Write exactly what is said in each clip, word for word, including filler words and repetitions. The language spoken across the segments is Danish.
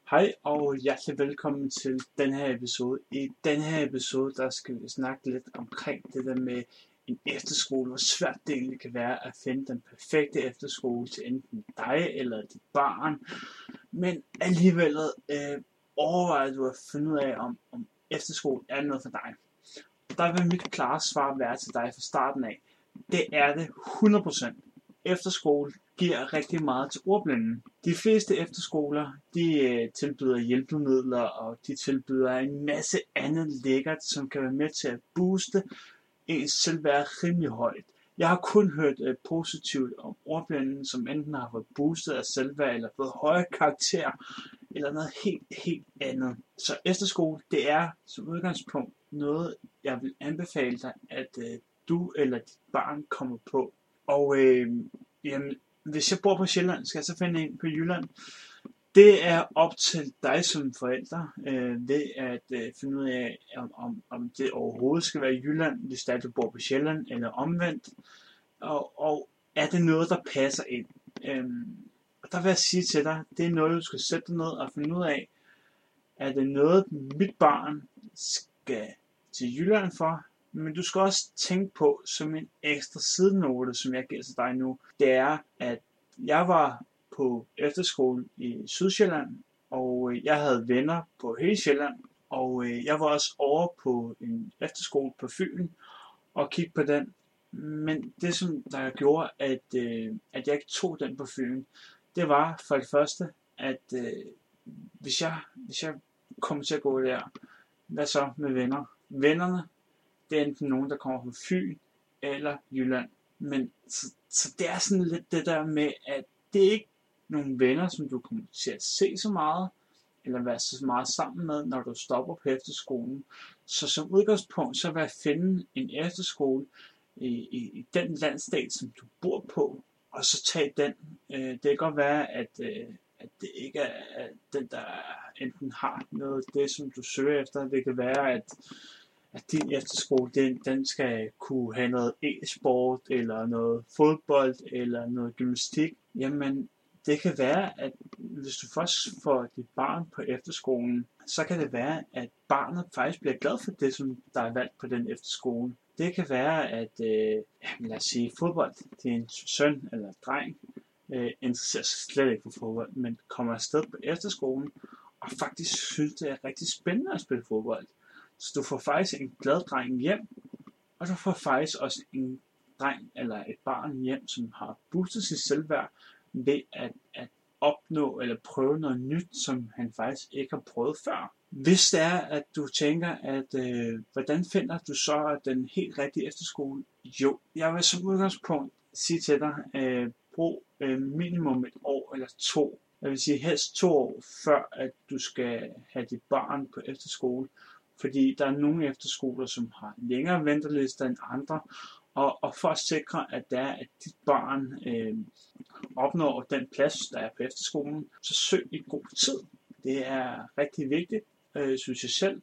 Hej og hjertelig velkommen til den her episode. I den her episode, der skal vi snakke lidt omkring det der med en efterskole, hvor svært det egentlig kan være at finde den perfekte efterskole til enten dig eller dit barn. Men alligevel øh, overvejer du at finde ud af, om, om efterskole er noget for dig. Der vil mit klare svar være til dig fra starten af. Det er det hundrede procent. Efterskole giver rigtig meget til ordblinde. De fleste efterskoler, de øh, tilbyder hjælpemidler, og de tilbyder en masse andet lækkert, som kan være med til at booste ens selvværd rimelig højt. Jeg har kun hørt øh, positivt om ordblinde, som enten har fået boostet af selvværd, eller fået høje karakterer, eller noget helt, helt andet. Så efterskole, det er som udgangspunkt noget, jeg vil anbefale dig, at øh, du eller dit barn kommer på. Og øh, jamen, hvis jeg bor på Sjælland, skal jeg så finde en på Jylland. Det er op til dig som forælder, øh, ved at øh, finde ud af, om, om, om det overhovedet skal være i Jylland, hvis der du bor på Sjælland, eller omvendt. Og, og er det noget, der passer ind? Øhm, og der vil jeg sige til dig, det er noget, du skal sætte dig ned og finde ud af. Er det noget, mit barn skal til Jylland for? Men du skal også tænke på, som en ekstra sidenote, som jeg giver til dig nu, det er, at jeg var på efterskole i Sydsjælland, og jeg havde venner på hele Sjælland, og jeg var også over på en efterskole på Fyn og kiggede på den. Men det, som der gjorde, at, at jeg ikke tog den på Fyn, det var for det første, at hvis jeg, hvis jeg kommer til at gå der, hvad så med venner? Vennerne, det er enten nogen, der kommer fra Fyn eller Jylland. Men så, så det er sådan lidt det der med, at det er ikke nogle venner, som du kommer til at se så meget, eller være så meget sammen med, når du stopper på efterskolen. Så som udgangspunkt, så vil jeg finde en efterskole i, i, i den landsdel, som du bor på, og så tag den. Det kan godt være, at, at det ikke er den, der enten har noget af det, som du søger efter. Det kan være, at at din efterskole, den, den skal kunne have noget e-sport, eller noget fodbold, eller noget gymnastik. Jamen, det kan være, at hvis du først får dit barn på efterskolen, så kan det være, at barnet faktisk bliver glad for det, som der er valgt på den efterskole. Det kan være, at øh, lad os sige, fodbold, det er en søn eller dreng, øh, interesserer sig slet ikke for fodbold, men kommer afsted på efterskolen, og faktisk synes, det er rigtig spændende at spille fodbold. Så du får faktisk en glad dreng hjem, og du får faktisk også en dreng eller et barn hjem, som har boostet sit selvværd ved at, at opnå eller prøve noget nyt, som han faktisk ikke har prøvet før. Hvis det er, at du tænker, at øh, hvordan finder du så den helt rigtige efterskole? Jo, jeg vil som udgangspunkt sige til dig, øh, brug øh, minimum et år eller to. Jeg vil sige helst to år før, at du skal have dit barn på efterskole. Fordi der er nogle efterskoler, som har længere ventelister end andre, og, og for at sikre, at, der, at dit barn øh, opnår den plads, der er på efterskolen, så søg i god tid. Det er rigtig vigtigt, øh, synes jeg selv,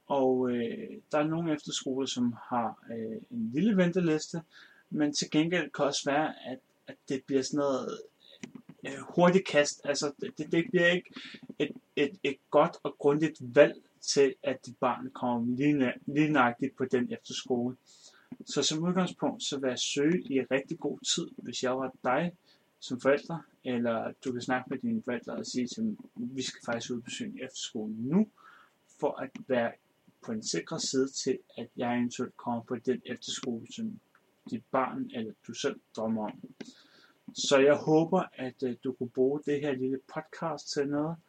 og øh, der er nogle efterskoler, som har øh, en lille venteliste, men til gengæld kan også være, at, at det bliver sådan noget øh, hurtigt kast. Altså, det, det bliver ikke et, et, et godt og grundigt valg, til at dit barn kommer lige, lige nøjagtigt på den efterskole. Så som udgangspunkt, så vil jeg søge i rigtig god tid, hvis jeg var dig som forælder, eller du kan snakke med dine forældre og sige til dem, vi skal faktisk ud og besøge en efterskole nu, for at være på en sikker side til, at jeg eventuelt kommer på den efterskole, som dit barn eller du selv drømmer om. Så jeg håber, at uh, du kunne bruge det her lille podcast til noget,